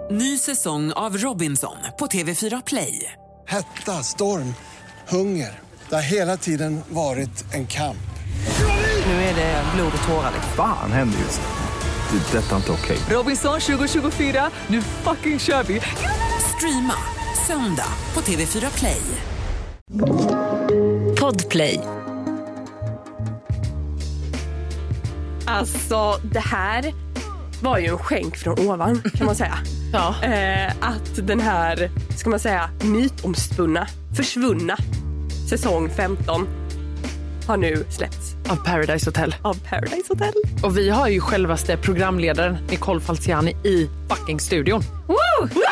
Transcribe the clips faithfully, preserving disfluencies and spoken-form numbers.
Ny säsong av Robinson på T V fyra Play. Hetta, storm, hunger. Det har hela tiden varit en kamp. Nu är det blod och tårar. Fan händer just det. Det är detta inte okej. Robinson tjugo tjugofyra, nu fucking kör vi. Streama söndag på T V fyra Play. Podplay. Alltså, det här var ju en skänk från ovan, kan man säga. Ja. Eh, att den här, ska man säga, mytomspunna, försvunna säsong femton har nu släppts. Av Paradise Hotel. Av Paradise Hotel. Och vi har ju självaste programledaren Nicole Falciani i fucking studion. Woo! Woo!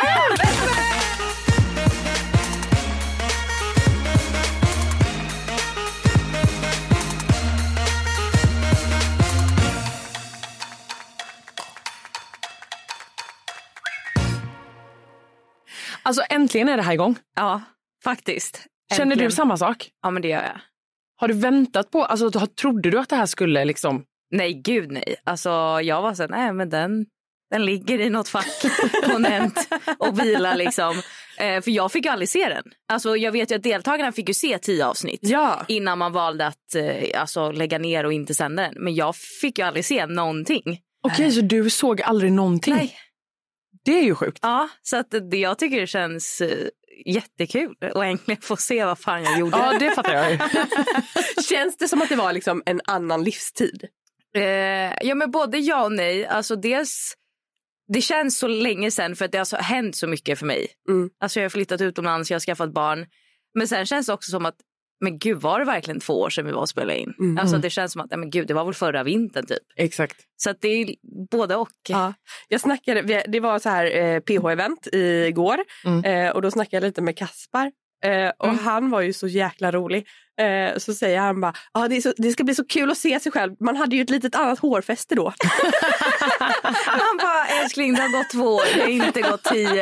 Alltså äntligen är det här igång. Ja, faktiskt. Känner Äntligen. du samma sak? Ja, men det gör jag. Har du väntat på, alltså trodde du att det här skulle liksom... Nej, gud nej. Alltså jag var så här, nej men den, den ligger i något fack på Nent och vilar liksom. Eh, för jag fick ju aldrig se den. Alltså jag vet ju att deltagarna fick ju se tio avsnitt. Ja. Innan man valde att eh, alltså, lägga ner och inte sända den. Men jag fick ju aldrig se någonting. Okej, okay, så du såg aldrig någonting? Nej. Det är ju sjukt. Ja, så att det, jag tycker det känns eh, jättekul och äntligen få se vad fan jag gjorde. Ja, det fattar jag ju. Känns det som att det var liksom en annan livstid? Eh, ja, men både ja och nej. Alltså dels, det känns så länge sedan för att det har så, hänt så mycket för mig. Mm. Alltså jag har flyttat utomlands, jag har skaffat barn. Men sen känns det också som att, men gud, var det verkligen två år sedan vi var och spelade in? Mm. Alltså det känns som att, men gud, det var väl förra vintern typ. Exakt. Så att det är både och. Ja. Jag snackade, det var så här eh, P H-event igår. Mm. Eh, och då snackade jag lite med Kaspar. Eh, och Mm. han var ju så jäkla rolig. Eh, så säger han bara, ah, det, är så, det ska bli så kul att se sig själv. Man hade ju ett litet annat hårfäste då. Han bara, älskling, det har gått två år, det har inte gått tio.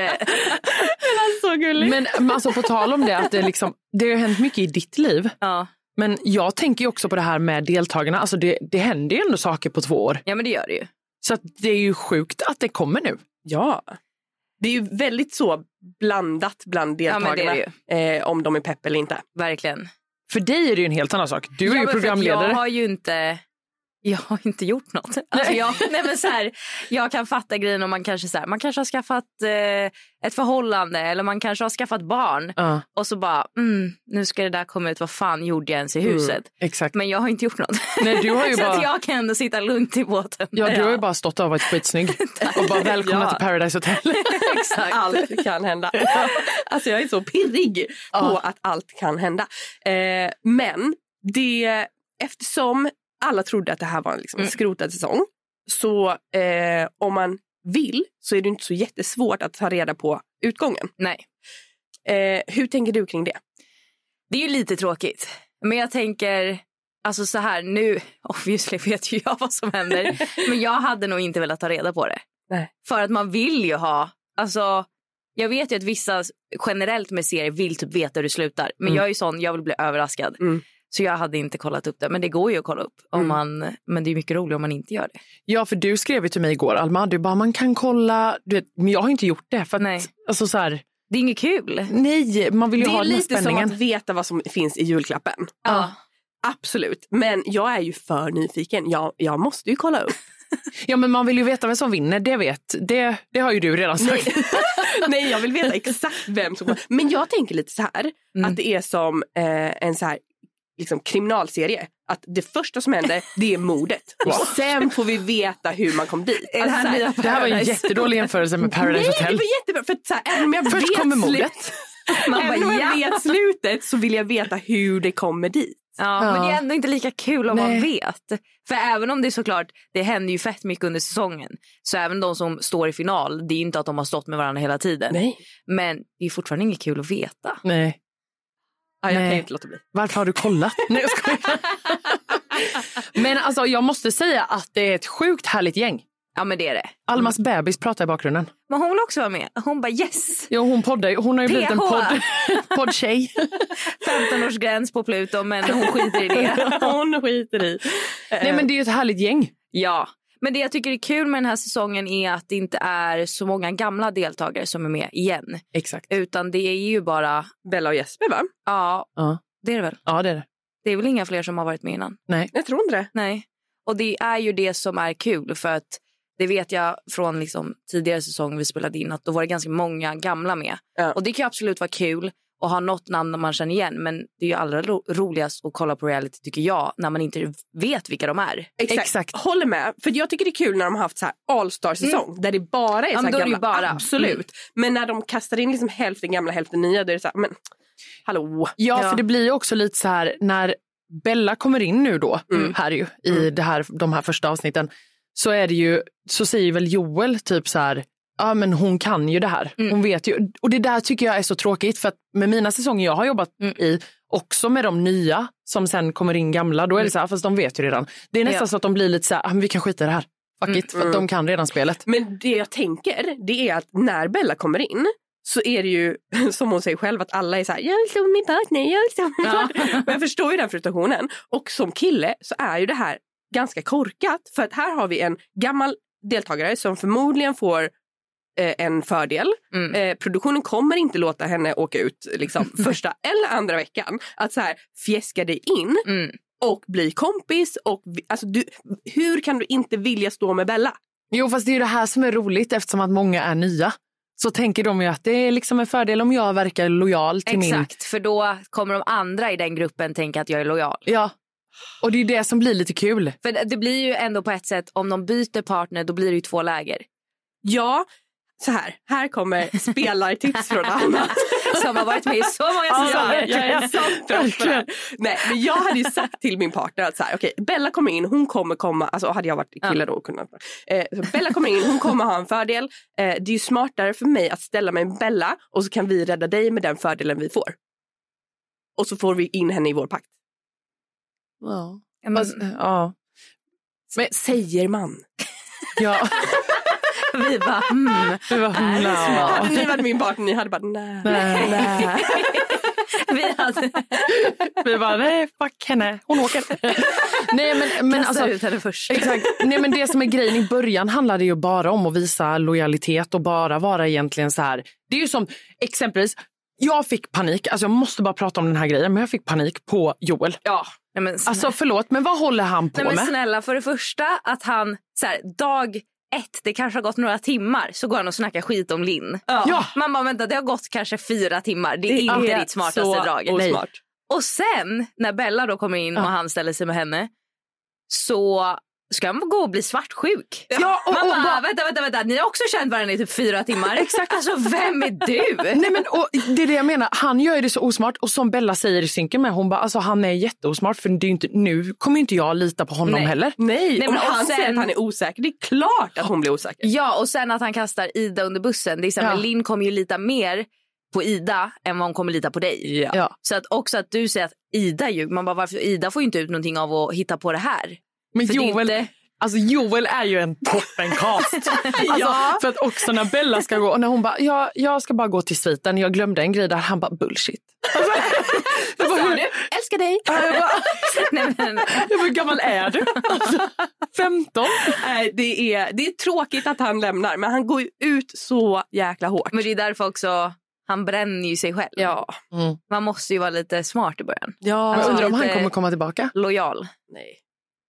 Det var så gulligt. Men men alltså på tal om det, att det, liksom, det har hänt mycket i ditt liv. Ja. Men jag tänker ju också på det här med deltagarna. Alltså det, det händer ju ändå saker på två år. Ja, men det gör det ju. Så att det är ju sjukt att det kommer nu. Ja. Det är ju väldigt så blandat bland deltagarna. Ja, men det är det eh, om de är pepp eller inte. Verkligen. För dig är det ju en helt annan sak. Du är Ja, ju men för att programledare. Jag har ju inte... Jag har inte gjort något. Alltså jag, nej men så här, jag kan fatta grejen om man kanske så här, man kanske har skaffat eh, ett förhållande eller man kanske har skaffat barn Ja. och så bara, mm, nu ska det där komma ut, vad fan gjorde jag ens i huset? Mm, exakt. Men jag har inte gjort något. Nej, du har ju så bara... att jag kan ändå sitta lugnt i båten. Ja, du har ju bara stått och varit skitsnygg. Och bara välkomna Ja. till Paradise Hotel. Exakt. Allt kan hända. Alltså jag är så pirrig Ja. på att allt kan hända. Eh, men det, eftersom alla trodde att det här var en liksom Mm. skrotad säsong, så eh, om man vill så är det inte så jättesvårt att ta reda på utgången. Nej. Eh, hur tänker du kring det? Det är ju lite tråkigt. Men jag tänker, alltså så här, nu, obviously vet ju jag vad som händer. Men jag hade nog inte velat ta reda på det. Nej. För att man vill ju ha, alltså jag vet ju att vissa generellt med serier vill typ veta hur det slutar. Men Mm. jag är ju sån, jag vill bli överraskad. Mm. Så jag hade inte kollat upp det. Men det går ju att kolla upp. Om Mm. man, men det är mycket roligt om man inte gör det. Ja, för du skrev ju till mig igår, Alma, du bara, man kan kolla, du vet, men jag har inte gjort det. För att, Nej. alltså så här, Det är inget kul. nej, man vill ju Det ha är den här lite som spänningen. att veta vad som finns i julklappen. Ja. Absolut. Men jag är ju för nyfiken. Jag, jag måste ju kolla upp. Ja, men man vill ju veta vem som vinner, det vet. Det, det har ju du redan sagt. Nej, jag vill veta exakt vem som... Men jag tänker lite så här, Mm. att det är som eh, en så här liksom kriminalserie. Att det första som händer, det är mordet. Och sen får vi veta hur man kom dit. Är det här så här, nya Det här var en Paradise? jättedålig jämförelse med Paradise nej, Hotel. det var jättebra. För att, så här, även om jag Först vet kommer slut- mordet. Man Även om bara, jag ja. vet slutet så vill jag veta hur det kommer dit. Ja, Ja. men det är ändå inte lika kul om Nej. man vet. För även om det är såklart, det händer ju fett mycket under säsongen. Så även de som står i final, det är ju inte att de har stått med varandra hela tiden. Nej. Men det är fortfarande inget kul att veta. Nej. Ja, jag Nej. kan ju inte låta bli. Varför har du kollat? Nej, jag skojar. Men alltså, jag måste säga att det är ett sjukt härligt gäng. Ja, men det är det. Almas bebis pratar i bakgrunden. Men hon vill också vara med. Hon bara yes. Ja, hon poddar ju. Hon har ju blivit en P H. podd, poddtjej. femton-årsgräns på Pluto, men hon skiter i det. Hon skiter i. Nej, men det är ju ett härligt gäng. Ja, Men det jag tycker är kul med den här säsongen är att det inte är så många gamla deltagare som är med igen. Exakt. Utan det är ju bara... Bella och Jesper, va? Ja, Ja. det är det väl. Ja, det är det. Det är väl inga fler som har varit med innan. Nej. Jag tror inte det. Nej. Och det är ju det som är kul, för att det vet jag från liksom tidigare säsong vi spelade in, att då var det ganska många gamla med. Ja. Och det kan ju absolut vara kul att ha något namn man känner igen, men det är ju allra ro- roligast att kolla på reality, tycker jag, när man inte vet vilka de är. Exakt. Exakt. Håller med. För jag tycker det är kul när de har haft så här all-star-säsong. Mm. Där det bara är Ja, så men här då är det gamla. ju bara. Absolut. Mm. Men när de kastar in liksom hälften gamla, hälften nya, då är det så här, men hallå. Ja, Ja. för det blir ju också lite så här när Bella kommer in nu då, Mm. här ju, i Mm. det här, de här första avsnitten, så är det ju, så säger väl Joel typ så här, ja men hon kan ju det här. Mm. Hon vet ju, och det där tycker jag är så tråkigt, för att med mina säsonger jag har jobbat Mm. i, också med de nya som sen kommer in gamla, då är det så här, fast de vet ju redan. Det är nästan Ja. så att de blir lite så här, ah, men vi kan skita i det här. Fuck Mm. it, för att de kan redan spelet. Men det jag tänker, det är att när Bella kommer in så är det ju, som hon säger själv, att alla är så här, jag vill stå med min partner, jag vill stå med min Ja. partner. Men jag förstår ju den frustrationen. Och som kille så är ju det här ganska korkat. För att här har vi en gammal deltagare som förmodligen får eh, en fördel. Mm. Eh, produktionen kommer inte låta henne åka ut liksom, första eller andra veckan. Att så här, fjäska dig in Mm. och bli kompis. Och, vi- alltså, du, hur kan du inte vilja stå med Bella? Jo, fast det är ju det här som är roligt, eftersom att många är nya. Så tänker de ju att det är liksom en fördel om jag verkar lojal till min... Exakt, för då kommer de andra i den gruppen tänka att jag är lojal. Ja, och det är det som blir lite kul. För det- det blir ju ändå på ett sätt, om de byter partner, då blir det ju två läger. Ja, så här. Här kommer spelartips från Anna. Som har varit med i så många Ja, säsonger. jag är så trött för det här. Nej, men jag hade ju sagt till min partner att så här, okej, Bella kommer in, hon kommer komma, alltså hade jag varit kille då kunnat. Eh, så Bella kommer in, hon kommer ha en fördel. Eh, det är ju smartare för mig att ställa mig med Bella och så kan vi rädda dig med den fördelen vi får. Och så får vi in henne i vår pakt. Ja. Ja, men, Fast, ja. Men säger man. Ja. vi bara, mm. Det var, Hade ni varit min partner, ni hade bara nej. Nej. nej. vi hade Vi bara, nej, fuck henne. Hon åker. Nej, men, men kastat alltså... ut henne först. Exakt. Nej, men det som är grejen i början handlade ju bara om att visa lojalitet och bara vara egentligen så här. Det är ju som exempelvis, jag fick panik, alltså jag måste bara prata om den här grejen, men jag fick panik på Joel. Ja. Nej, men, Alltså förlåt, men vad håller han på Nej, men med? snälla, för det första att han så här, dag ett, det kanske har gått några timmar, så går han och snackar skit om Linn. Ja. Man bara, vänta, det har gått kanske fyra timmar. Det är Det inte är ditt smartaste så drag. osmart. Och sen när Bella då kommer in Ja. och han ställer sig med henne, så ska han gå och bli svartsjuk. Ja, och, Man och, bara, bara- vänta, vänta, vänta. Ni har också känt varandra i typ fyra timmar. Exakt. Alltså, vem är du? Nej, men och det är det jag menar, han gör ju det så osmart, och som Bella säger i synken med, hon bara, alltså han är jätteosmart, för det är ju inte, nu kommer ju inte jag lita på honom Nej. heller. Nej, Nej, om men och han säger sen- att han är osäker, det är klart att hon blir osäker. Ja, och sen att han kastar Ida under bussen. Det är så här, Ja. men Linn kommer ju lita mer på Ida än vad hon kommer lita på dig. Ja. Ja. Så att också att du säger att Ida ljuger. Man bara, varför? Ida får ju inte ut någonting av att hitta på det här. Men För det är Joel, inte- alltså Joel är ju en toppencast. Alltså, Ja. för att också när Bella ska gå, och när hon bara, ja, jag ska bara gå till sviten, jag glömde en grej där, han bara, bullshit. Alltså, jag bara, hur, Älskar dig. jag bara, Nej, men, jag bara, hur gammal är du? Alltså, femton? Nej, det är, det är tråkigt att han lämnar, men han går ju ut så jäkla hårt. men det är därför också, han bränner ju sig själv. Ja. Mm. Man måste ju vara lite smart i början. Ja. Jag Alltså, undrar om han lite- kommer komma tillbaka. Lojal. Nej.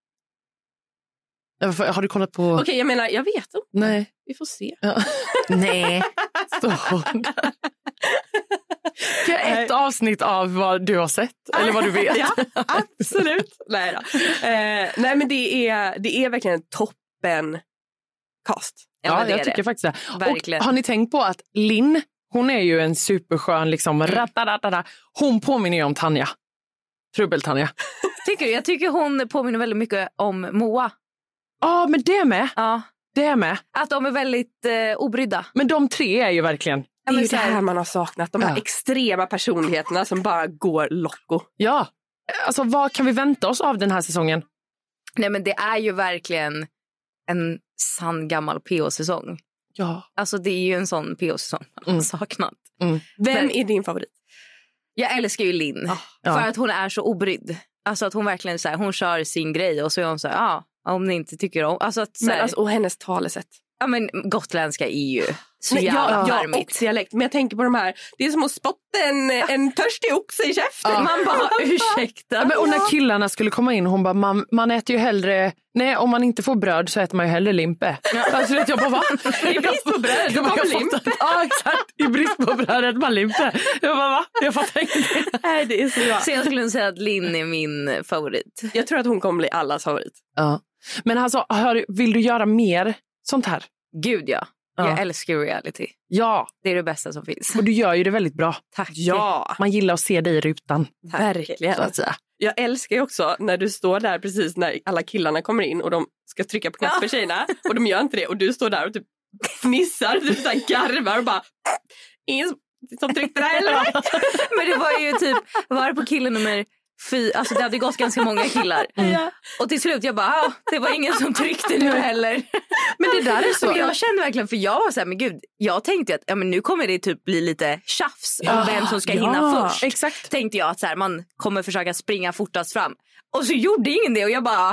Har du kollat på... Okej, jag menar, jag vet inte. Nej. Vi får se. Ja. Nej. Står hon där. Det är ett avsnitt av vad du har sett, eller vad du vet. Ja, absolut. nej, då. Eh, nej, men det är, det är verkligen en toppen cast. Ja, men Ja, det jag är tycker det. faktiskt det. Verkligen. Och har ni tänkt på att Linn, hon är ju en superskön, liksom, Mm. ratatatada. Hon påminner ju om Tanja. Trubbel-Tanja. Tycker du? Jag tycker hon påminner väldigt mycket om Moa. Ja, men det med. Ja. Det med. Att de är väldigt eh, obrydda. Men de tre är ju verkligen... Det är ju men det så här- här man har saknat. De här Ja. extrema personligheterna som bara går locko. Ja. Alltså, vad kan vi vänta oss av den här säsongen? Nej, men det är ju verkligen en sann gammal P O-säsong. Ja. Alltså det är ju en sån P O-säsong man har Mm. saknat. Vem Men- är din favorit? Jag älskar ju Linn. Ja. För att hon är så obrydd. Alltså att hon verkligen så här, hon kör sin grej och så är hon så här, ja, Om ni inte tycker om... Alltså, att, så här, Men alltså, och hennes talesätt. ja, men gotländska är ju så Nej, jävla jag, jag charmigt. och dialekt, men jag tänker på de här. Det är som att spotta en, en törstig oxe i käften. Ja. Man bara, ursäkta. Ja, men, och när killarna skulle komma in, hon bara, man, man äter ju hellre, nej om man inte får bröd så äter man ju hellre limpe. Alltså vet jag bara, va? I brist på bröd, då kommer limp. Ja exakt, i brist på bröd äter man limpe. Jag bara, va? Jag fattar ingenting. Nej, det är så bra. Så jag skulle säga att Linn är min favorit. Jag tror att hon kommer bli allas favorit. Ja. Men alltså, hör, vill du göra mer sånt här? Gud ja. Ja. Jag älskar reality. Ja, Det är det bästa som finns. och du gör ju det väldigt bra. Tack. Ja, Man gillar att se dig i rutan. verkligen. Så att säga. Jag älskar ju också när du står där precis när alla killarna kommer in och de ska trycka på knappen, tjejerna, och de gör inte det, och du står där och typ fnissar, typ så här garvar och bara, ingen som tryckte där eller? Men det var ju typ, var det på kille nummer fy, alltså det hade gått ganska många killar. Mm. Och till slut jag bara, ah, det var ingen som tryckte nu heller. Men det där är så. Men jag kände verkligen, för jag var så här, men gud, jag tänkte att ja, men nu kommer det typ bli lite tjafs om vem som ska ja, hinna först. exakt. Tänkte jag att så här, man kommer försöka springa fortast fram. Och så gjorde ingen det och jag bara,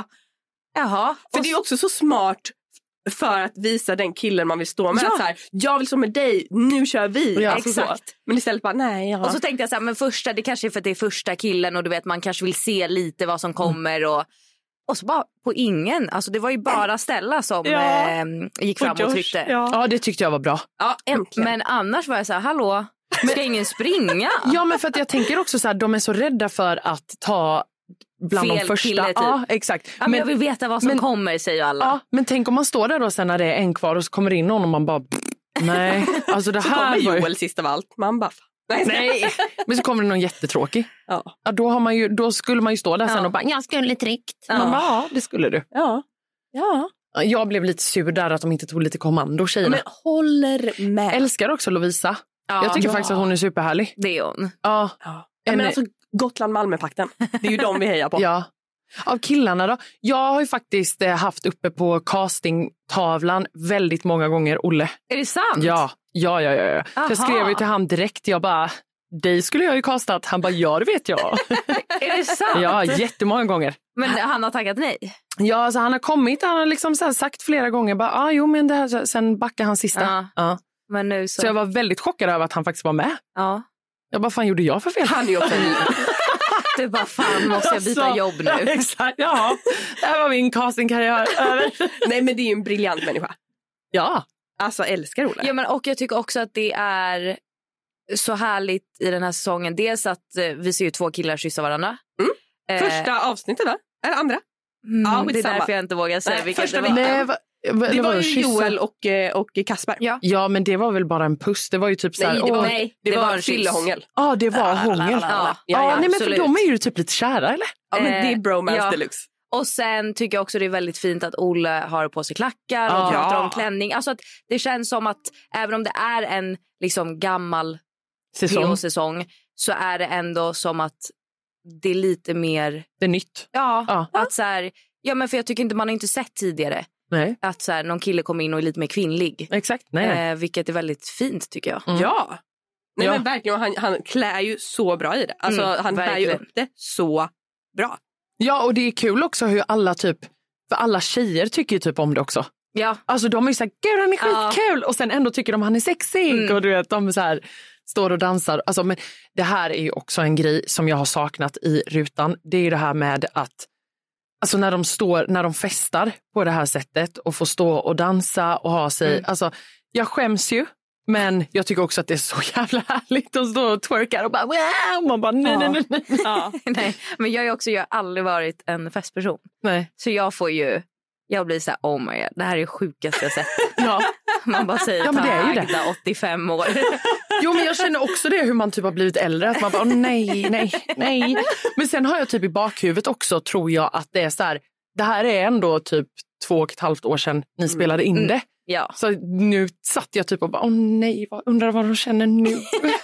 jaha. För och det är också så smart för att visa den killen man vill stå med. Ja. Att så här, jag vill stå med dig, nu kör vi. Ja, Alltså så. exakt. Men istället bara, nej. Ja. Och så tänkte jag så här, men första, det kanske är för att det är första killen och du vet, man kanske vill se lite vad som kommer och, och så bara på ingen, alltså det var ju bara Stella som Ja. eh, gick Och fram och Josh, tryckte. Ja. Ja, det tyckte jag var bra. ja, äntligen. Men annars var jag så här, hallå, ska ingen springa? Ja, men för att jag tänker också så här, de är så rädda för att ta bland Fel de första. kille, typ. Ja, exakt. Ja, men jag vill veta vad som men- kommer, säger alla. Ja, men tänk om man står där då sen när det är en kvar och så kommer in någon och man bara, nej, alltså det så här kommer var ju... Joel sist av allt. Man bara, nej. Nej, men så kommer det någon jättetråkig. Ja. Ja, då, har man ju, då skulle man ju stå där sen Ja. och bara, jag skulle tryckt. Ja. Man bara, ja, det skulle du. Ja. Ja. Ja, jag blev lite sur där att de inte tog lite kommando, tjejerna. Men håller med. Älskar också Lovisa. Ja, jag tycker ja. faktiskt att hon är superhärlig. det är hon. Ja, Ja. En- Men alltså Gotland-Malmö-pakten. Det är ju de vi hejar på. ja. Av killarna då? Jag har ju faktiskt eh, haft uppe på castingtavlan väldigt många gånger Olle. Är det sant? Ja, ja, ja, ja. ja. Aha. Jag skrev ju till han direkt, jag bara, dig skulle jag ju castat. Han bara, ja det vet jag. Är det sant? Ja, jättemånga gånger. Men han har tackat nej. Ja, alltså han har kommit, han har liksom så här sagt flera gånger, bara, ah, jo men det här, sen backar han sista. Ja. Ja. Men nu så. Så jag var väldigt chockad över att han faktiskt var med. Ja. Jag bara, fan gjorde jag för fel? Han är ju också Du bara, fan måste jag byta Alltså, jobb nu? Ja, exakt, ja. Det här var min castingkarriär över. Nej, men det är ju en briljant människa. Ja. Alltså, älskar Olle. Ja, men, och jag tycker också att det är så härligt i den här säsongen. Dels att eh, vi ser ju två killar kyssa varandra. Mm. Eh, Första avsnittet, va? Eller andra? mm, Ja, det är skitsamma. därför jag inte vågar säga Nej, vilket första det var. veckan. Nej, va, va, Det var ju kyssa? Joel och, eh, och Kasper. Ja. Ja, men det var väl bara en puss. Det var ju typ så här, Nej, det var, åh, nej, det det var var en en kyss. fyllehångel. ja, det var hångel. Ja, Ja, Ja, ja, nej, men för absolut. de är ju typ lite kära, eller? Ja, men det är Eh, bromance ja. deluxe. Och sen tycker jag också det är väldigt fint att Olle har på sig klackar och Ja. pratar om klänning. Alltså att det känns som att även om det är en liksom gammal Säsong. P O-säsong så är det ändå som att det är lite mer, Det är nytt. ja, Ja. att så här, ja men för jag tycker inte man har inte sett tidigare Nej, att så här, någon kille kommer in och är lite mer kvinnlig. exakt. Nej, nej. Eh, vilket är väldigt fint tycker jag. Mm. Ja. Nej, Ja. men verkligen. Han, han klär ju så bra i det. Alltså, Mm, han bär ju verkligen. upp det så bra. Ja, och det är kul också hur alla typ, för alla tjejer tycker ju typ om det också. Ja, Alltså de är ju såhär, gud han är Ja. skitkul. Och sen ändå tycker de han är sexig. Mm. Och du vet, de så här, står och dansar. Alltså, men det här är ju också en grej som jag har saknat i rutan. Det är ju det här med att, alltså när de står, när de festar på det här sättet och får stå och dansa och ha sig, Mm. alltså jag skäms ju. Men jag tycker också att det är så jävla härligt att stå och twerkar och bara, wow! Man bara, nej, nej, nej, nej. Ja. nej. Men jag har ju också, jag har aldrig varit en festperson. nej. Så jag får ju, jag blir så här, oh my god, det här är det sjukaste jag sett. Ja. Man bara säger, Ja, men det är ju det. Agda, åttiofem år. Jo, men jag känner också det hur man typ har blivit äldre. Att man bara, åh, nej, nej, nej. Men sen har jag typ i bakhuvudet också, tror jag, att det är så här, det här är ändå typ två och ett halvt år sedan ni spelade in Mm. det. Ja. Så nu satt jag typ och bara, åh nej, vad, undrar vad de känner nu.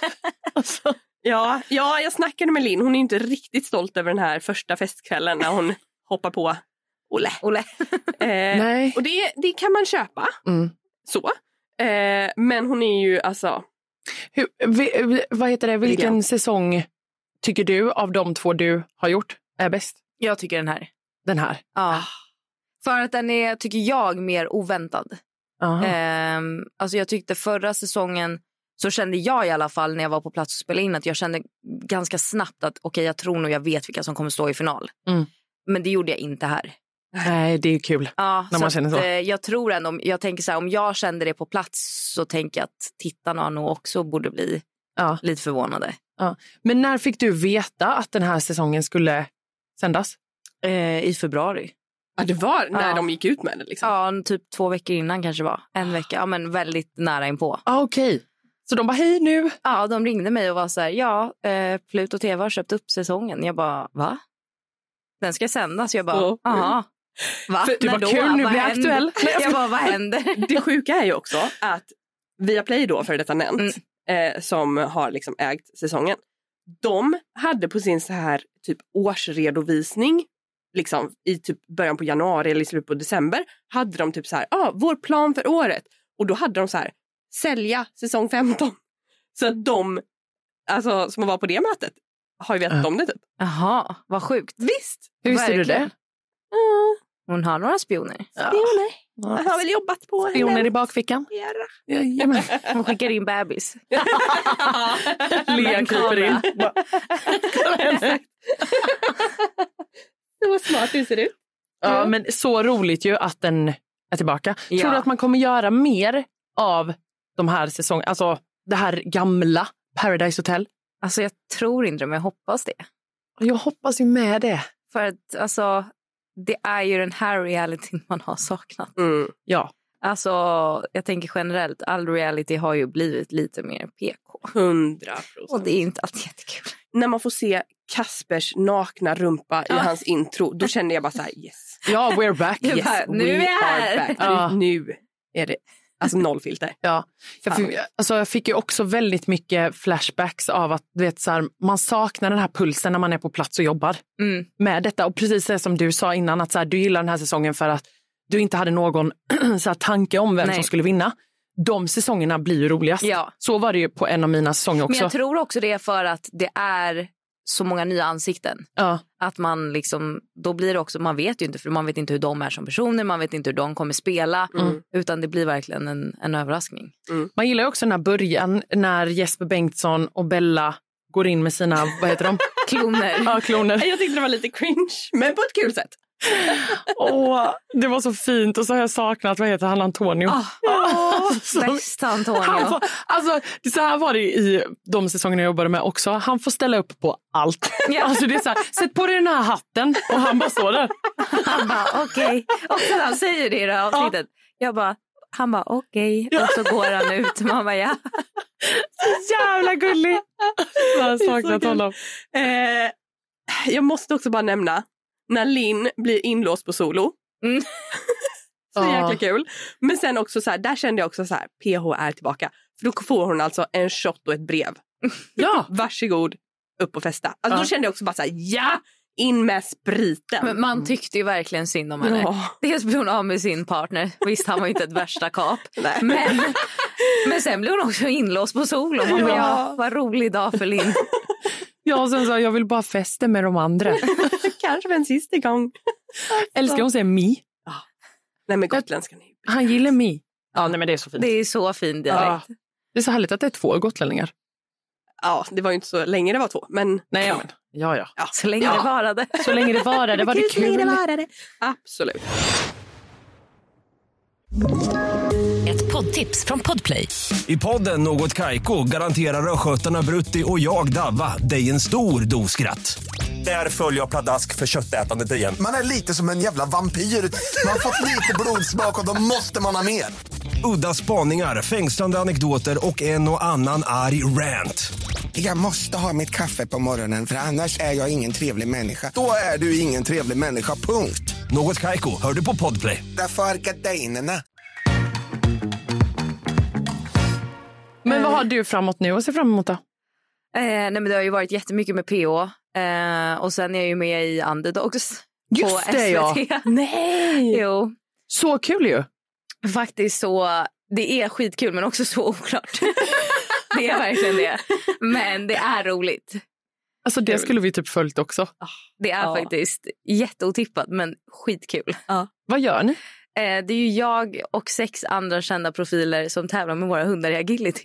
Alltså. Ja, ja, jag snackade med Linn. Hon är inte riktigt stolt över den här första festkvällen när hon hoppar på Olle. Olle. Eh, Nej. och det, det kan man köpa. Mm. Så. Eh, men hon är ju alltså... Hur, vi, vi, vad heter det, vilken Briljant. säsong tycker du av de två du har gjort är bäst? Jag tycker den här. Den här. Ja. För att den är, tycker jag, mer oväntad. Eh, alltså jag tyckte förra säsongen så kände jag i alla fall när jag var på plats och spelade in att jag kände ganska snabbt att okej, okay, jag tror nog jag vet vilka som kommer stå i final. Mm. Men det gjorde jag inte här. Nej, det är kul ja, när man känner så. Att, eh, jag tror ändå, jag tänker så här, om jag kände det på plats så tänker jag att tittarna nog också borde bli ja. lite förvånade. Ja. Men när fick du veta att den här säsongen skulle sändas? Eh, I februari. Ja, det var när ja. de gick ut med det liksom. Ja, typ två veckor innan kanske var. En vecka, ja men väldigt nära inpå. Ah, okej. Okay. Så de bara, hej nu. Ja, de ringde mig och var så här, ja, eh, Pluto T V har köpt upp säsongen. Jag bara, va? Den ska sändas. Jag bara, jaha. Va? Du var kul, nu blir jag aktuell. Jag bara, vad händer? Det sjuka är ju också att Viaplay då, för detta nämnt, mm. eh, som har liksom ägt säsongen. De hade på sin så här typ årsredovisning liksom i typ början på januari eller i slutet på december hade de typ så här, ah, vår plan för året. Och då hade de så här, sälja säsong femton. Så att de, alltså som var på det mötet, har ju vetat uh. om det typ. Jaha, vad sjukt. Visst. Hur visste du det? Mm. Hon har några spioner. Ja. Spioner. Ja. Jag har väl jobbat på spioner henne. I bakfickan. Ja. Ja, hon skickar in bebis. Lea kryper in. Så smart du ser ut. Ja, mm. Men så roligt ju att den är tillbaka. Ja. Tror du att man kommer göra mer av de här säsongerna? Alltså det här gamla Paradise Hotel? Alltså jag tror inte det, men jag hoppas det. Jag hoppas ju med det. För att alltså, det är ju den här realityn man har saknat. Mm. Ja. Alltså jag tänker generellt, all reality har ju blivit lite mer P K. Hundra procent. Och det är inte alltid jättekul. När man får se Kaspers nakna rumpa ja. i hans intro, då känner jag bara så här, yes. Ja, we're back. Yes, bara, nu we är jag are här. back. Ja. Nu är det alltså nollfilter. Ja, jag fick, alltså jag fick ju också väldigt mycket flashbacks av att du vet, så här, man saknar den här pulsen när man är på plats och jobbar mm. med detta. Och precis det som du sa innan, att så här, du gillar den här säsongen för att du inte hade någon så här, tanke om vem Nej. som skulle vinna. De säsongerna blir ju roligast. Ja. Så var det ju på en av mina säsonger också. Men jag tror också det är för att det är så många nya ansikten. Ja. Att man liksom, då blir det också, man vet ju inte, för man vet inte hur de är som personer, man vet inte hur de kommer spela, mm. utan det blir verkligen en, en överraskning. Mm. Man gillar ju också den här början när Jesper Bengtsson och Bella går in med sina, vad heter de? Kloner. Ja, kloner. Jag tyckte det var lite cringe, men på ett kul sätt. Åh, det var så fint. Och så har jag saknat, vad heter han, Antonio? Oh, oh, bästa Antonio. Får, alltså, så här var det i de säsongerna jag jobbade med också. Han får ställa upp på allt. Ja. Alltså, det är så här, sätt på dig den här hatten. Och han bara står där. Han bara, okej. Okay. Och så han säger det i det här avsnittet. Ja. Jag bara, han bara, okej. Okay. Ja. Och så går han ut. Man bara, ja. Så jävla gullig. Jag har saknat honom. Eh, jag måste också bara nämna när Linn blir inlåst på solo. Mm. Så oh. jäkla kul. Men sen också så här, där kände jag också så här, P H är tillbaka. För då får hon alltså en shot och ett brev. Ja. Varsågod, upp och festa. Alltså ja. Då kände jag också bara så här, ja, in med spriten. Men man tyckte ju verkligen synd om henne. Ja. Dels blev hon av med sin partner. Visst, han var inte ett värsta kap. Nej. Men, men sen blev hon också inlåst på solo. Man bara, ja, vad rolig dag för Linn. Ja, och sen sa jag vill bara festa med de andra. Kanske för en sista gång. Älskar hon säger mi? Ja. Nej, men gotländska ni. Han gillar mi. Ja, nej, men det är så fint. Det är så fin dialekt. Ja. Det är så härligt att det är två gotlänningar. Ja, det var ju inte så länge det var två. Men nej, ja, men, ja, ja. ja. Så länge ja. det varade. Så länge det varade var det kul. länge det varade. Absolut. Ett poddtips från Podplay. I podden Något Kaiko garanterar röskötarna Brutti och jag Davva dig en stor doskratt. Där följer jag pladask för köttätandet igen. Man är lite som en jävla vampyr. Man har fått lite blodsmak och då måste man ha mer. Udda spaningar, fängslande anekdoter och en och annan arg rant. Jag måste ha mitt kaffe på morgonen för annars är jag ingen trevlig människa. Då är du ingen trevlig människa, punkt. Något Kaiko, hör du på Podplay. Därför är gardinerna. Men vad har du framåt nu och ser fram emot då? Eh, nej, men det har ju varit jättemycket med P O. Eh, och sen är jag ju med i Underdogs. Just på det, S V T. ja. Nej! Jo. Så kul ju. Faktiskt så, det är skitkul men också så oklart. Det är verkligen det. Men det är roligt. Alltså det skulle vi typ följt också. Det är ja. faktiskt jätteotippat men skitkul. Ja. Vad gör ni? Eh, det är ju jag och sex andra kända profiler som tävlar med våra hundar i agility.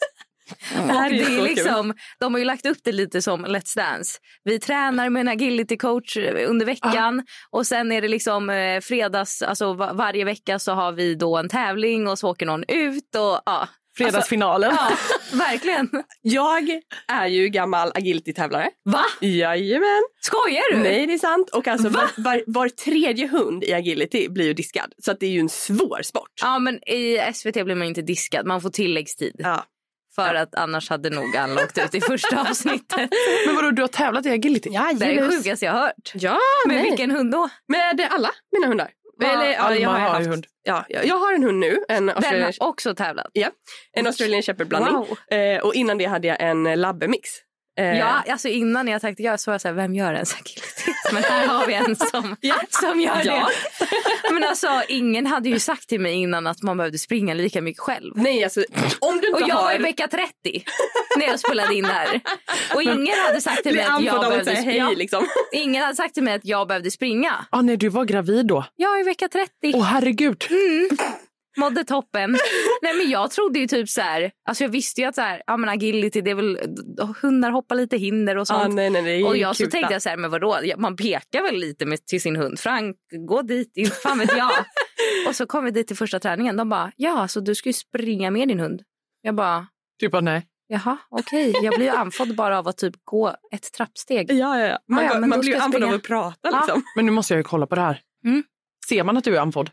Det här och är det så är kul. liksom, de har ju lagt upp det lite som Let's Dance. Vi tränar med en agility coach under veckan ah. och sen är det liksom eh, fredags, alltså var, varje vecka så har vi då en tävling och så åker någon ut och ja. Fredagsfinalen. Alltså, ja, verkligen. Jag är ju gammal agility-tävlare. Va? Jajamän. Skojar du? Nej, det är sant. Och alltså var, var, var tredje hund i agility blir ju diskad. Så att det är ju en svår sport. Ja, men i S V T blir man inte diskad. Man får tilläggstid. Ja. För ja. att annars hade nog han lågt ut i första avsnittet. Men vadå, du har tävlat i agility? Ja, det är det sjukaste jag har hört. Ja, med nej. vilken hund då? Med alla mina hundar. Va? Eller, ja, Alma jag har, har haft, ju hund. Ja, jag, jag har en hund nu. En Den Australian, har också tävlat. Ja, en Australian Shepherd-blandning. Wow. Eh, och innan det hade jag en labbemix. Eh, Ja, alltså innan jag tänkte jag så var jag så här, vem gör ens agility? Men här har vi en som, ja. som gör Ja. det. Men alltså, ingen hade ju sagt till mig innan att man behövde springa lika mycket själv. Nej, alltså om du inte Och jag har... var i vecka trettio när jag spelade in där. Och ingen hade sagt till mig Blir att jag anfådd av att behövde säga springa. hej, liksom. Ingen hade sagt till mig att jag behövde springa. Ah, nej, du var gravid då. Jag är i vecka trettio. Åh, oh, herregud. Mm. Mådde toppen. Nej, men jag trodde ju typ så här, alltså jag visste ju att så här, ja men agility, det är väl hundar hoppar lite hinder och sånt. Ah, nej, nej, det är och jag så kuta. tänkte jag så här, men vadå? Man pekar väl lite med, till sin hund. Frank, gå dit, inte fan vet jag. Och så kom vi dit till första träningen. De bara, ja så du ska ju springa med din hund. Jag bara, Du bara nej. jaha, okej. Okay. Jag blir ju anfodd bara av att typ gå ett trappsteg. Ja, ja, ja. Man, Ah, ja, men man då blir ju ska jag anfådd av springa. att prata Ja. liksom. Men nu måste jag ju kolla på det här. Mm. Ser man att du är anfodd?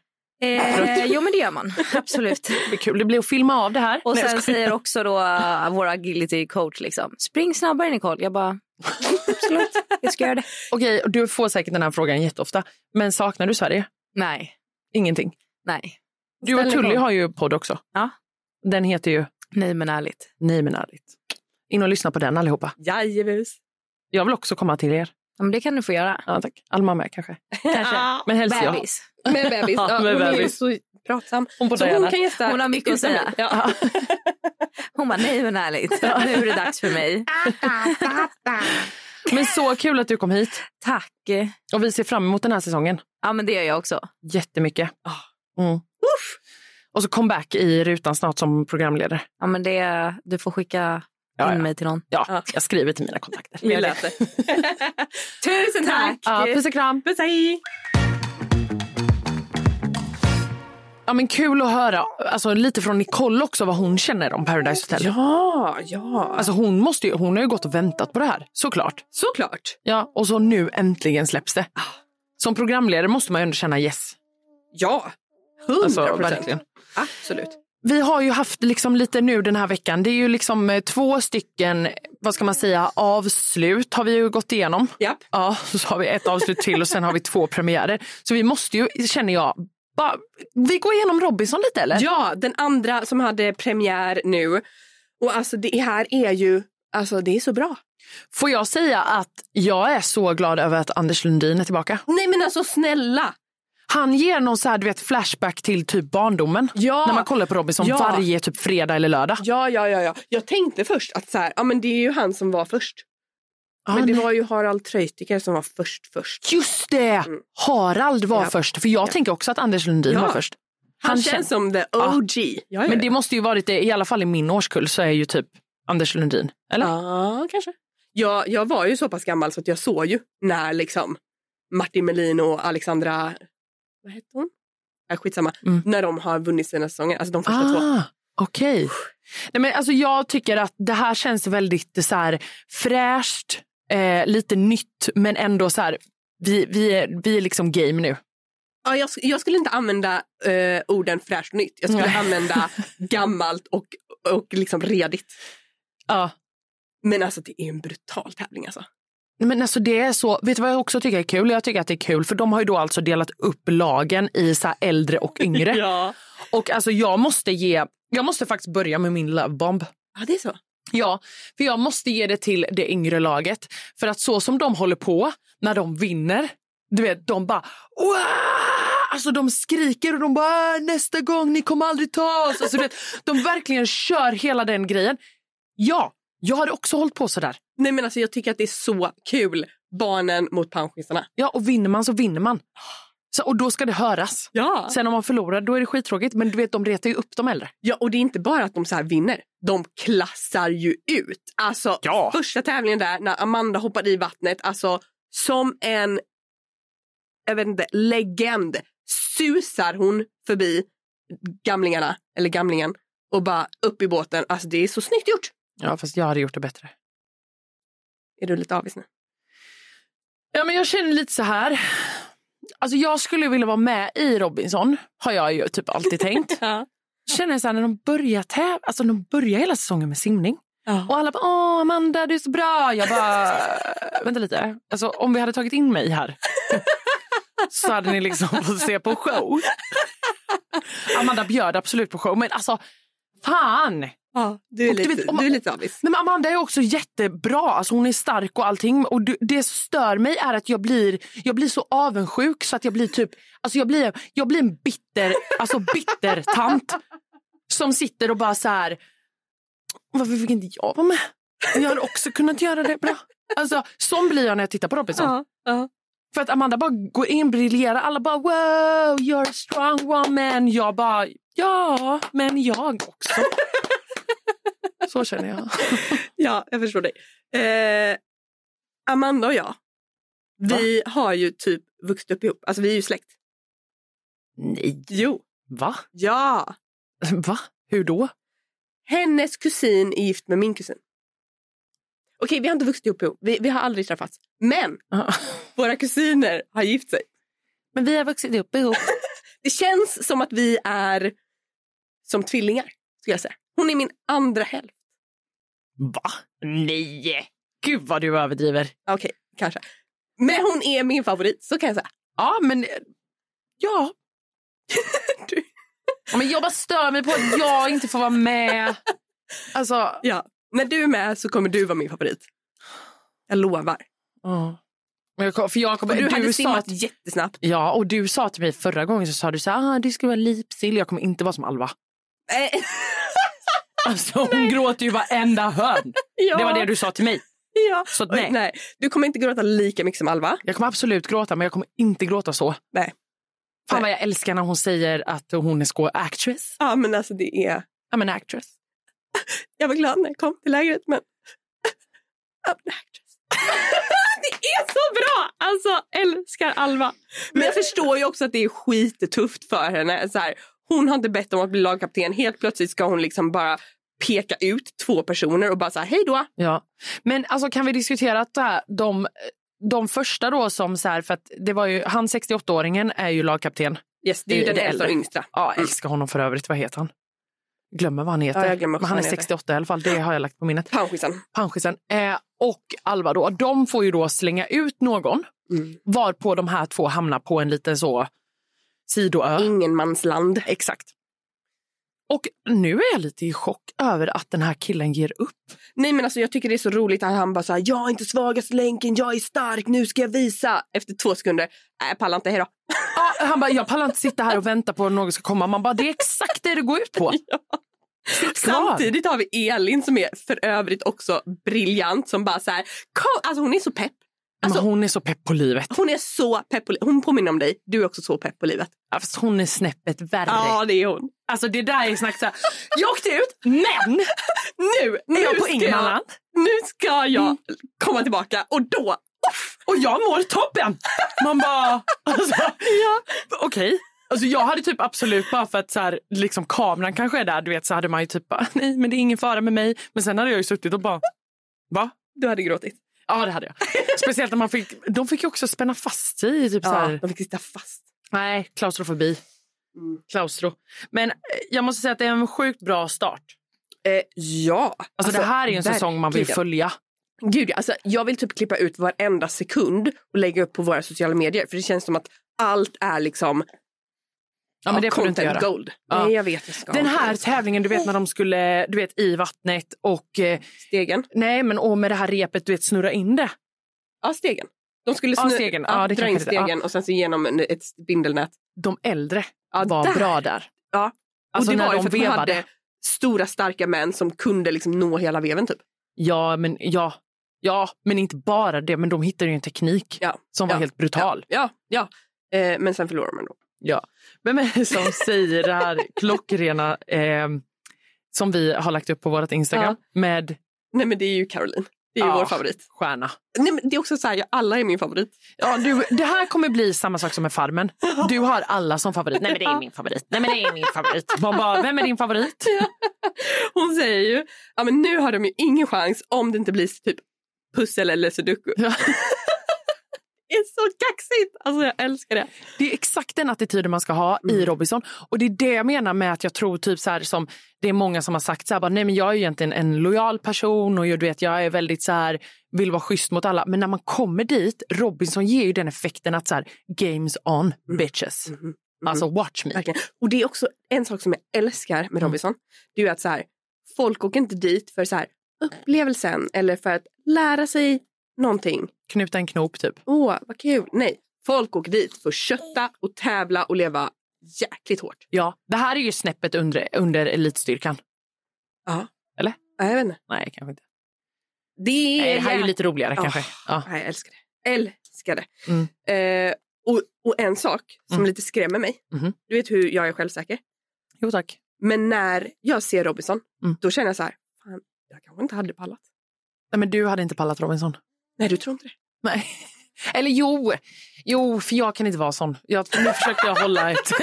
Eh, jo men det gör man, absolut. Det är kul, det blir att filma av det här. Och Nej, sen säger också då uh, vår agility coach liksom, spring snabbare Nicole. Jag bara, absolut, jag ska göra det. Okej, och du får säkert den här frågan jätteofta. Men saknar du Sverige? Nej, Ingenting. nej. Du och Ställ Tully igång. har ju podd också. Ja. Den heter ju Nej men ärligt. Nej men ärligt. In och lyssna på den allihopa. Jajebus. Jag vill också komma till er. Ja, men det kan du få göra. Ja, tack. Alma med kanske. Kanske. Men helst jag. Bebis. Med bebis. Ja, Ja, med hon är ju bebis. så pratsam. Hon så poddar hon gärna. kan gästa. Hon har mycket att utan säga. mig. Ja. Hon bara, nej men ärligt. Nu är det dags för mig. Men så kul att du kom hit. Tack. Och vi ser fram emot den här säsongen. Ja men det gör jag också. Jättemycket. Mm. Och så comeback i rutan snart som programledare. Ja men det, du får skicka Ja, in ja. mig till någon. Ja, jag skriver till mina kontakter. Vi läser. Tusen tack. Ja, puss och kram. Puss, hej. Ja, men kul att höra alltså, lite från Nicole också vad hon känner om Paradise Hotel. Ja, ja. Alltså hon, måste ju, hon har ju gått och väntat på det här, såklart. Såklart. Ja, och så nu äntligen släpps det. Som programledare måste man ju ändå känna yes. Ja, hundra Alltså, procent. verkligen. Absolut. Vi har ju haft liksom lite nu den här veckan. Det är ju liksom eh, två stycken, vad ska man säga, avslut har vi ju gått igenom. Japp. Ja, så har vi ett avslut till och sen har vi två premiärer. Så vi måste ju, känner jag, bara, vi går igenom Robinson lite eller? Ja, den andra som hade premiär nu. Och alltså det här är ju, alltså det är så bra. Får jag säga att jag är så glad över att Anders Lundin är tillbaka. Nej men alltså snälla. Han ger någon så här, du vet, flashback till typ barndomen. Ja. När man kollar på Robinson Ja. varje typ fredag eller lördag. Ja, ja, ja, ja. Jag tänkte först att så här, ja men det är ju han som var först. Ah, men det nej. var ju Harald Treutiger som var först först. Just det! Mm. Harald var Ja. först. För jag Ja. tänker också att Anders Lundin Ja. var först. Han, Han känns känns- som the O G. Ja, ja, Men ja. det måste ju varit det, i alla fall i min årskull så är ju typ Anders Lundin. Eller? Ja, kanske. Ja, jag var ju så pass gammal så att jag såg ju när liksom Martin Melin och Alexandra, vad heter hon? Äh, skitsamma. Mm. När de har vunnit sina säsonger, alltså de första två. Ah, okej. Nej, men alltså jag tycker att det här känns väldigt så här fräscht, eh, lite nytt, men ändå så här, vi, vi, är, vi är liksom game nu. Ja, jag, jag skulle inte använda eh, orden fräscht nytt. Jag skulle Nej. använda gammalt och, och liksom redigt. Ja. Men alltså det är en brutal tävling alltså. Men alltså det är så, vet du vad jag också tycker är kul? Jag tycker att det är kul för de har ju då alltså delat upp lagen i så här äldre och yngre. Ja. Och alltså jag måste ge, jag måste faktiskt börja med min lovebomb. Ja, det är så. Ja, för jag måste ge det till det yngre laget. För att så som de håller på när de vinner, du vet, de bara wow! Alltså de skriker och de bara nästa gång, ni kommer aldrig ta oss. Alltså, du vet, de verkligen kör hela den grejen. Ja, jag hade också hållit på sådär. Nej men alltså jag tycker att det är så kul. Barnen mot pensionärsarna. Ja, och vinner man så vinner man. Så, och då ska det höras. Ja. Sen om man förlorar, då är det skittråkigt. Men du vet, de retar ju upp de äldre. Ja, och det är inte bara att de så här vinner. De klassar ju ut. Alltså, ja. första tävlingen där när Amanda hoppade i vattnet. Alltså, som en, jag vet inte, legend. Susar hon förbi gamlingarna, eller gamlingen. Och bara upp i båten. Alltså, det är så snyggt gjort. Ja, fast jag hade gjort det bättre. Är du lite avis nu? Ja, men jag känner lite så här. Alltså jag skulle vilja vara med i Robinson. Har jag ju typ alltid tänkt. Ja. Känner så här när de börjar täv- Alltså de börjar hela säsongen med simning. Ja. Och alla bara, åh Amanda du är så bra. Jag bara, vänta lite. Alltså om vi hade tagit in mig här. Så hade ni liksom fått se på show. Amanda bjöd absolut på show. Men alltså, fan. Ja, du är, lite, du, vet, du är lite avis. Men Amanda är också jättebra. Alltså hon är stark och allting. Och det som stör mig är att jag blir, jag blir så avundsjuk så att jag blir typ, alltså jag blir, jag blir en bitter, alltså bitter tant som sitter och bara så här, varför fick inte jag vara med? Jag hade också kunnat göra det bra. Alltså sån blir jag när jag tittar på Robinson. Ja, ja. För att Amanda bara går in, briljerar. Alla bara, wow, you're a strong woman. Jag bara, ja, men jag också. Så känner jag. Ja, jag förstår dig. Eh, Amanda och jag, vi Va? har ju typ vuxit upp ihop. Alltså vi är ju släkt. Nej. Jo. Va? Ja. Va? Hur då? Hennes kusin är gift med min kusin. Okej, vi har inte vuxit ihop ihop. Vi, vi har aldrig träffats. Men uh. våra kusiner har gift sig. Men vi har vuxit ihop ihop. Det känns som att vi är som tvillingar, skulle jag säga. Hon är min andra hälft. Va? Nej. Gud vad du överdriver. Okej, okay, kanske. Men hon är min favorit, så kan jag säga. Ja, men ja. du. Ja, men jag bara stör mig på att jag inte får vara med. Alltså, ja. När du är med så kommer du vara min favorit. Jag lovar. Ja. Uh. För jag kommer, och du, du hade simmat sa, jättesnabbt. Ja, och du sa till mig förra gången så sa du så här, ah, det ska vara lipsill. Jag kommer inte vara som Alva. Nej. Alltså hon nej. gråter ju varenda hörn. Ja. Det var det du sa till mig. Ja. Så nej. Och, nej. Du kommer inte gråta lika mycket som Alva. Jag kommer absolut gråta, men jag kommer inte gråta så. Nej. Fan vad jag älskar när hon säger att hon är skå actress. Ja, men alltså det är... I'm an actress. Jag var glad när jag kom till lägret, men... I'm an actress. Det är så bra! Alltså, älskar Alva. Men jag förstår ju också att det är skittufft för henne. Så här, hon har inte bett om att bli lagkapten. Helt plötsligt ska hon liksom bara peka ut två personer och bara säga hej då. Ja, men alltså kan vi diskutera att här, de, de första då som så här, för att det var ju, han sextioåtta-åringen är ju lagkapten. Yes, det är ju den äldsta och yngsta. Ja, älskar honom för övrigt. Vad heter han? Glömmer vad han heter. Ja, jag glömmer också men han är han sextioåtta i alla fall, det har jag lagt på minnet. Panschisen. Panschisen. Eh, och Alva då, de får ju då slänga ut någon. Mm. Varpå de här två hamnar på en liten så sidoö. Ingenmansland. Exakt. Och nu är jag lite i chock över att den här killen ger upp. Nej, men alltså jag tycker det är så roligt att han bara så här, jag är inte svagast länken, jag är stark, nu ska jag visa. Efter två sekunder, nej jag pallar inte, hejdå. Ja, han bara, jag pallar inte sitta här och vänta på att någon ska komma. Man bara, det är exakt det det går ut på. Ja. Samtidigt har vi Elin som är för övrigt också briljant, som bara så här, kom, alltså hon är så pepp. Alltså, hon är så pepp på livet. Hon är så pepp på livet. Hon påminner om dig. Du är också så pepp på livet. Ja, fast hon är snäppet värre. Ja, det är hon. Alltså det där är snack så här. Jag åkte ut, men nu, nu är jag på Ingenmanland. Nu ska jag mm. komma tillbaka och då, off, och jag mår toppen. Man bara, alltså, ja. Okej. Okay. Alltså jag hade typ absolut bara för att så här, liksom kameran kanske är där, du vet, så hade man ju typ bara, nej men det är ingen fara med mig. Men sen hade jag ju suttit och bara, va? Du hade gråtit. Ja, det hade jag. Speciellt när man fick, de fick ju också spänna fast sig. Typ ja, så här. De fick sitta fast. Nej, klaustrofobi. Mm. Klaustro. Men jag måste säga att det är en sjukt bra start. Eh, ja. Alltså, alltså det här är en verkligen. säsong man vill följa. Gud, alltså jag vill typ klippa ut varenda sekund och lägga upp på våra sociala medier. För det känns som att allt är liksom... Ja, men det får du inte göra. Gold. Ja. Nej, jag vet. Jag ska Den här tävlingen, du vet när de skulle, du vet, i vattnet och... Eh, stegen? Nej, men och med det här repet, du vet, snurra in det. Ja, stegen. De skulle snurra, ja, stegen. Ja, ja, det dra in stegen ja. och sen så igenom ett spindelnät. De äldre ja, var där. bra där. Ja, och alltså det när var ju de för att vevade. de hade stora starka män som kunde liksom nå hela veven typ. Ja, men ja. Ja, men inte bara det, men de hittade ju en teknik ja. som var ja. helt brutal. Ja, ja. Eh, men sen förlorar man då. Ja. Vem är det som säger det här klockrena eh, som vi har lagt upp på vårt Instagram ja. med... Nej men det är ju Caroline. Det är ju ja, vår favorit. Stjärna. Nej, men det är också så här, jag, alla är min favorit. Ja, du, det här kommer bli samma sak som med Farmen. Du har alla som favorit. Nej men det är min favorit. Nej men det är min favorit. Man bara, vem är din favorit? Ja. Hon säger ju, ja men nu har de ju ingen chans om det inte blir typ pussel eller sudoku. Ja. Det är så kaxigt. Alltså jag älskar det. Det är exakt den attityden man ska ha mm. i Robinson. Och det är det jag menar med att jag tror typ så här som det är många som har sagt så här bara, nej men jag är egentligen en lojal person och jag, du vet, jag är väldigt så här, vill vara schysst mot alla. Men när man kommer dit, Robinson ger ju den effekten att så här, games on bitches. Mm. Mm. Alltså watch me. Verkligen. Och det är också en sak som jag älskar med Robinson. Mm. Det är ju att så här, folk åker inte dit för så här upplevelsen eller för att lära sig någonting. Knuta en knop typ. Åh, vad kul. Nej, folk åker dit för att kötta och tävla och leva jäkligt hårt. Ja, det här är ju snäppet under, under elitstyrkan. Ja. Eller? Ja, jag vet inte. Nej, kanske inte. Det, är, Nej, det här är ju lite roligare oh, kanske. Ja. Jag älskar det. Älskar det. Mm. Eh, och, och en sak som mm. lite skrämmer mig. Mm. Du vet hur jag är självsäker? Jo, tack. Men när jag ser Robinson, mm. då känner jag så här, fan, jag kanske inte hade pallat. Nej, men du hade inte pallat Robinson. Nej, du tror inte det? Nej. Eller jo, jo, för jag kan inte vara sån. Jag, nu försökte jag hålla ett...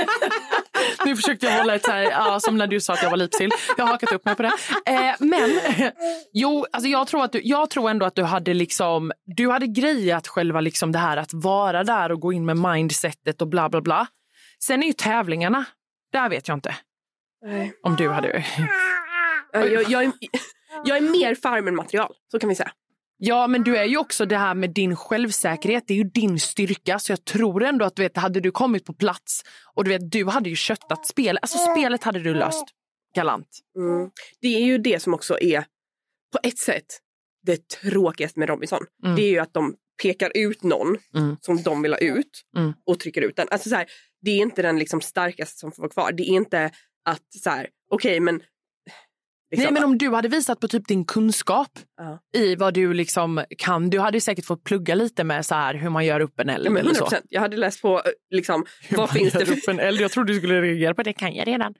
nu försökte jag hålla ett så här, ja, som när du sa att jag var lipsill. Jag har hakat upp mig på det. Eh, men, jo, alltså jag tror, att du, jag tror ändå att du hade liksom... Du hade grejat själva liksom det här att vara där och gå in med mindsetet och bla bla bla. Sen är ju tävlingarna, där vet jag inte. Nej. Om du hade... jag, jag, jag, är, jag är mer Farmen-material, så kan vi säga. Ja, men du är ju också det här med din självsäkerhet. Det är ju din styrka. Så jag tror ändå att du vet, hade du kommit på plats och du vet, du hade ju köttat spel. Alltså spelet hade du löst galant. Mm. Det är ju det som också är på ett sätt det tråkigaste med Robinson. Mm. Det är ju att de pekar ut någon mm. som de vill ha ut mm. och trycker ut den. Alltså så här, det är inte den liksom starkaste som får vara kvar. Det är inte att så här, okej okay, men liksom. Nej, men om du hade visat på typ din kunskap uh. i vad du liksom kan, du hade ju säkert fått plugga lite med så här hur man gör upp en eld ja, men eller så. Jag hade läst på liksom hur vad finns det för upp en eld. Jag trodde du skulle reagera på det, kan jag redan.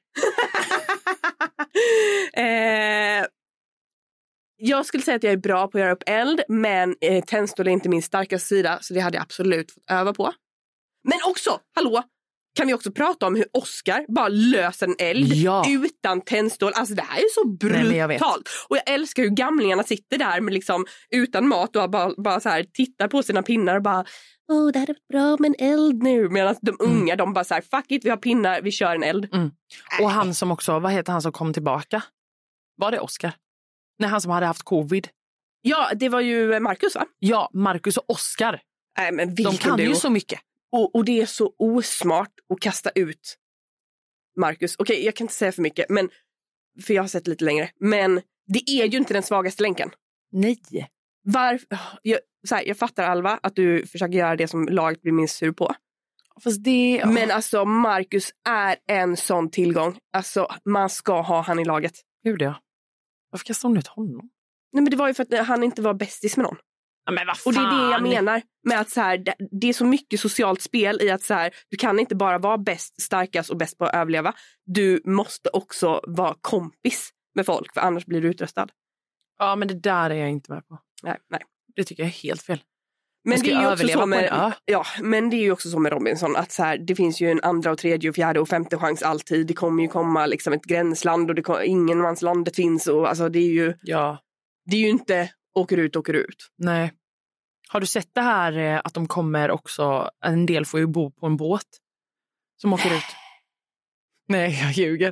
eh, jag skulle säga att jag är bra på att göra upp eld, men eh, tändstål är inte min starkaste sida, så det hade jag absolut fått öva på. Men också, hallå, kan vi också prata om hur Oscar bara löser en eld ja. utan tändstål. Alltså det här är så brutalt. Och jag älskar hur gamlingarna sitter där med liksom, utan mat och bara, bara så här, tittar på sina pinnar och bara, åh det här är bra med en eld nu. Medan de unga, mm. de bara så här, fuck it, vi har pinnar, vi kör en eld. Mm. Och han som också, vad heter han som kom tillbaka? Var det Oscar? Nej, han som hade haft covid. Ja, det var ju Marcus va? Ja, Marcus och Oscar. Nej, men de kan du? ju så mycket. Och, och det är så osmart att kasta ut Marcus. Okej, okay, jag kan inte säga för mycket, men för jag har sett lite längre. Men det är ju inte den svagaste länken. Nej. Varför? Jag, så här, jag fattar Alva att du försöker göra det som laget blir minst sur på. Fast det, oh. Men alltså Marcus är en sån tillgång. Alltså man ska ha han i laget. Hur det? Varför kastar hon ut honom? Nej, men det var ju för att han inte var bästis med någon. Ja, men vad fan? Och det är det jag menar med att så här, det, det är så mycket socialt spel i att så här, du kan inte bara vara bäst, starkast och bäst på att överleva. Du måste också vara kompis med folk, för annars blir du utröstad. Ja, men det där är jag inte med på. Nej, nej. Det tycker jag är helt fel. Men det är ju också så med, ja, men det är ju också så med Robinson att så här, det finns ju en andra och tredje och fjärde och femte chans alltid. Det kommer ju komma liksom ett gränsland och det kommer, ingenmanslandet finns och alltså det är ju ja. Det är ju inte åker ut, åker ut. Nej. Har du sett det här att de kommer också, en del får ju bo på en båt som åker ut? Nej, jag ljuger.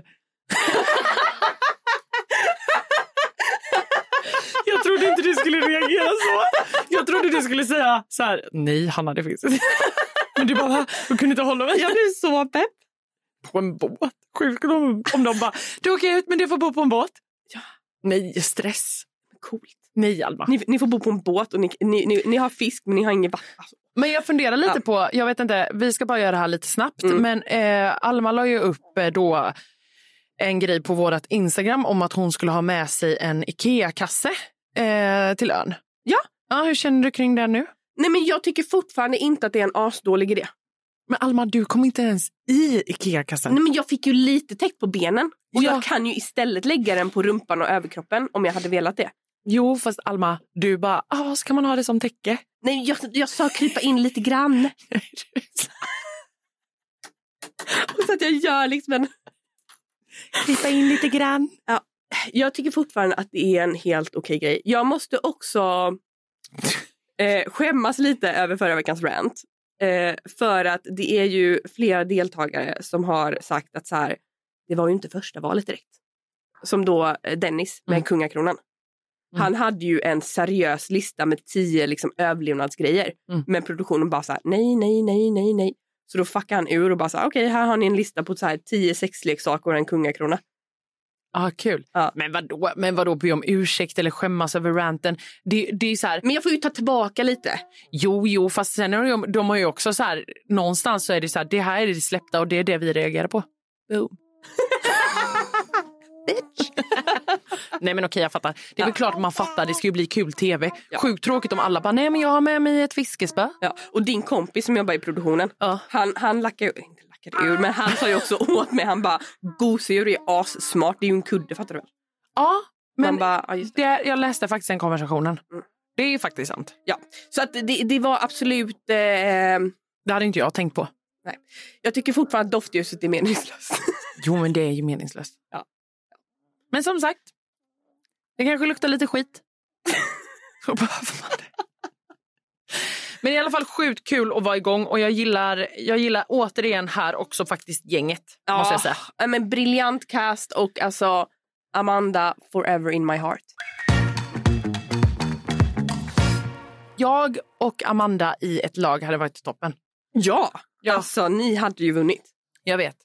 Jag trodde inte du skulle reagera så. Jag trodde du skulle säga så här, nej Hanna, det finns inte. Men du bara, du kunde inte hålla mig. Jag blev så pepp. På en båt? Sjukt om, om de bara, du åker ut men du får bo på en båt. Ja. Nej, stress. Coolt. Nej, Alma. Ni, ni får bo på en båt och ni, ni, ni, ni har fisk men ni har ingen vatten. Alltså. Men jag funderar lite ja. på, jag vet inte, vi ska bara göra det här lite snabbt. Mm. Men eh, Alma la ju upp eh, då en grej på vårat Instagram om att hon skulle ha med sig en Ikea-kasse eh, till ön. Ja. Ja, hur känner du kring det nu? Nej, men jag tycker fortfarande inte att det är en asdålig idé. Men Alma, du kom inte ens i Ikea-kassan. Nej, men jag fick ju lite täckt på benen. Och Ja. jag kan ju istället lägga den på rumpan och överkroppen om jag hade velat det. Jo, fast Alma, du bara, ah, ska man ha det som täcke? Nej, jag, jag sa krypa in lite grann. Så att jag gör liksom en... Krypa in lite grann. Ja, jag tycker fortfarande att det är en helt okej grej. Jag måste också eh, skämmas lite över förra veckans rant. Eh, för att det är ju flera deltagare som har sagt att så här, det var ju inte första valet direkt. Som då Dennis med Mm. kungakronan. Mm. Han hade ju en seriös lista med tio liksom, överlevnadsgrejer. Mm. Men produktionen bara så här, nej, nej, nej, nej, nej. Så då fuckade han ur och bara så här, okej, här har ni en lista på så här tio sexleksaker och en kungakrona. Ah, kul. Ja. Men vadå, men vadå be om ursäkt eller skämmas över ranten? Det, det är så här, Men jag får ju ta tillbaka lite. jo, jo, fast sen är de, de har ju också så här, någonstans så är det så här, det här är det släppta och det är det vi reagerar på. Boom. Bitch. Nej men okej, jag fattar. Det är väl Ja. klart man fattar, det ska ju bli kul tv. Ja. Sjukt tråkigt om alla bara, nej men jag har med mig ett fiskespö. Ja, och din kompis som jobbar i produktionen, Ja. han, han lackade, inte lackade ur, men han sa ju också åt mig, han bara, gosedjur är assmart, det är ju en kudde, fattar du väl? Ja, men Man bara, ja, just det. det, jag läste faktiskt den konversationen. Mm. Det är ju faktiskt sant. Ja, så att det, det var absolut, eh, Det hade inte jag tänkt på. nej. Jag tycker fortfarande att doftljuset är meningslöst. Jo, men det är ju meningslöst. Ja. Men som sagt, det kanske luktar lite skit. Så behöver man det. Men i alla fall sjukt kul att vara igång. Och jag gillar, jag gillar återigen här också faktiskt gänget. Måste jag säga. Ja, men briljant cast och alltså Amanda forever in my heart. Jag och Amanda i ett lag hade varit i toppen. Ja, Ja. alltså ni hade ju vunnit. Jag vet.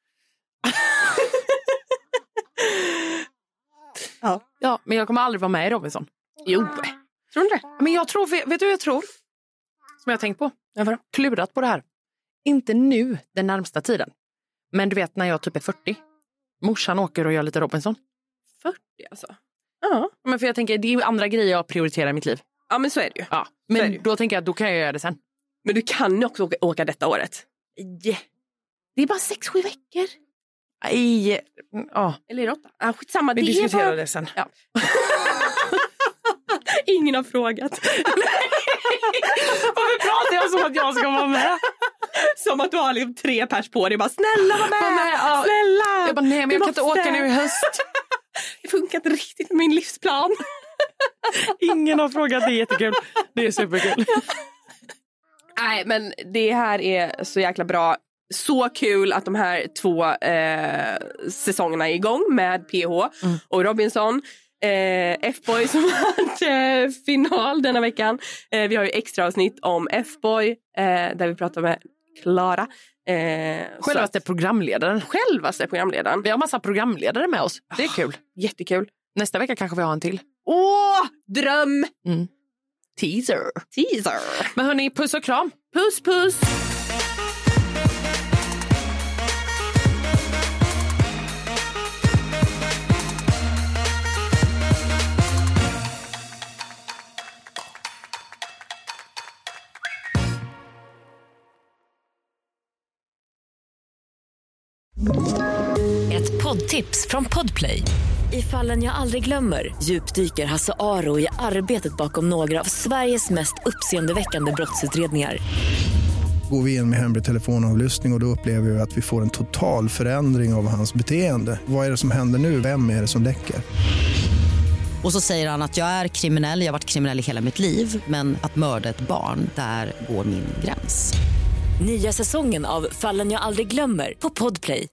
Ja. Ja, men jag kommer aldrig vara med i Robinson. Jo, tror du det? Men jag tror, vet du vad jag tror? Som jag har tänkt på. Ja, vadå? Klurat på det här. Inte nu, den närmsta tiden. Men du vet när jag typ är fyrtio. Morsan åker och gör lite Robinson. fyrtio alltså? Ja. Men för jag tänker, det är andra grejer jag prioriterar i mitt liv. Ja, men så är det ju. Ja, Så är det men ju. då tänker jag att då kan jag göra det sen. Men du kan ju också åka, åka detta året. Yeah. Det är bara sex, sju veckor. Nej, ja. Eller är det åtta? Ah, skitsamma. Vi det är diskuterar bara... det sen. Ja. Ingen har frågat. Varför pratar jag som att jag ska vara med? Som att du har liksom tre pers på dig. Bara snälla var med. Var med, ja. Snälla. Jag bara, nej men Du jag kan inte måste. åka nu i höst. Det funkar inte riktigt med min livsplan. Ingen har frågat, det är jättekul. Det är superkul. Nej, men det här är så jäkla bra. Så kul att de här två eh, säsongerna är igång med P H Mm. och Robinson. Eh, F-boy som har eh, final denna veckan. Eh, vi har ju extra avsnitt om F-boy eh, där vi pratar med Klara. Eh, Självaste programledaren. Självaste programledaren. Vi har massa programledare med oss. Det är kul. Jättekul. Nästa vecka kanske vi har en till. Åh, dröm! Mm. Teaser. Teaser. Men hörni, puss och kram. Puss, puss. Ett poddtips från Podplay. I Fallen jag aldrig glömmer djupdyker Hasse Aro i arbetet bakom några av Sveriges mest uppseendeväckande brottsutredningar. Går vi in med hemlig telefonavlyssning och, och då upplever vi att vi får en total förändring av hans beteende. Vad är det som händer nu? Vem är det som läcker? Och så säger han att jag är kriminell, jag har varit kriminell i hela mitt liv. Men att mörda ett barn, där går min gräns. Nya säsongen av Fallen jag aldrig glömmer på Podplay.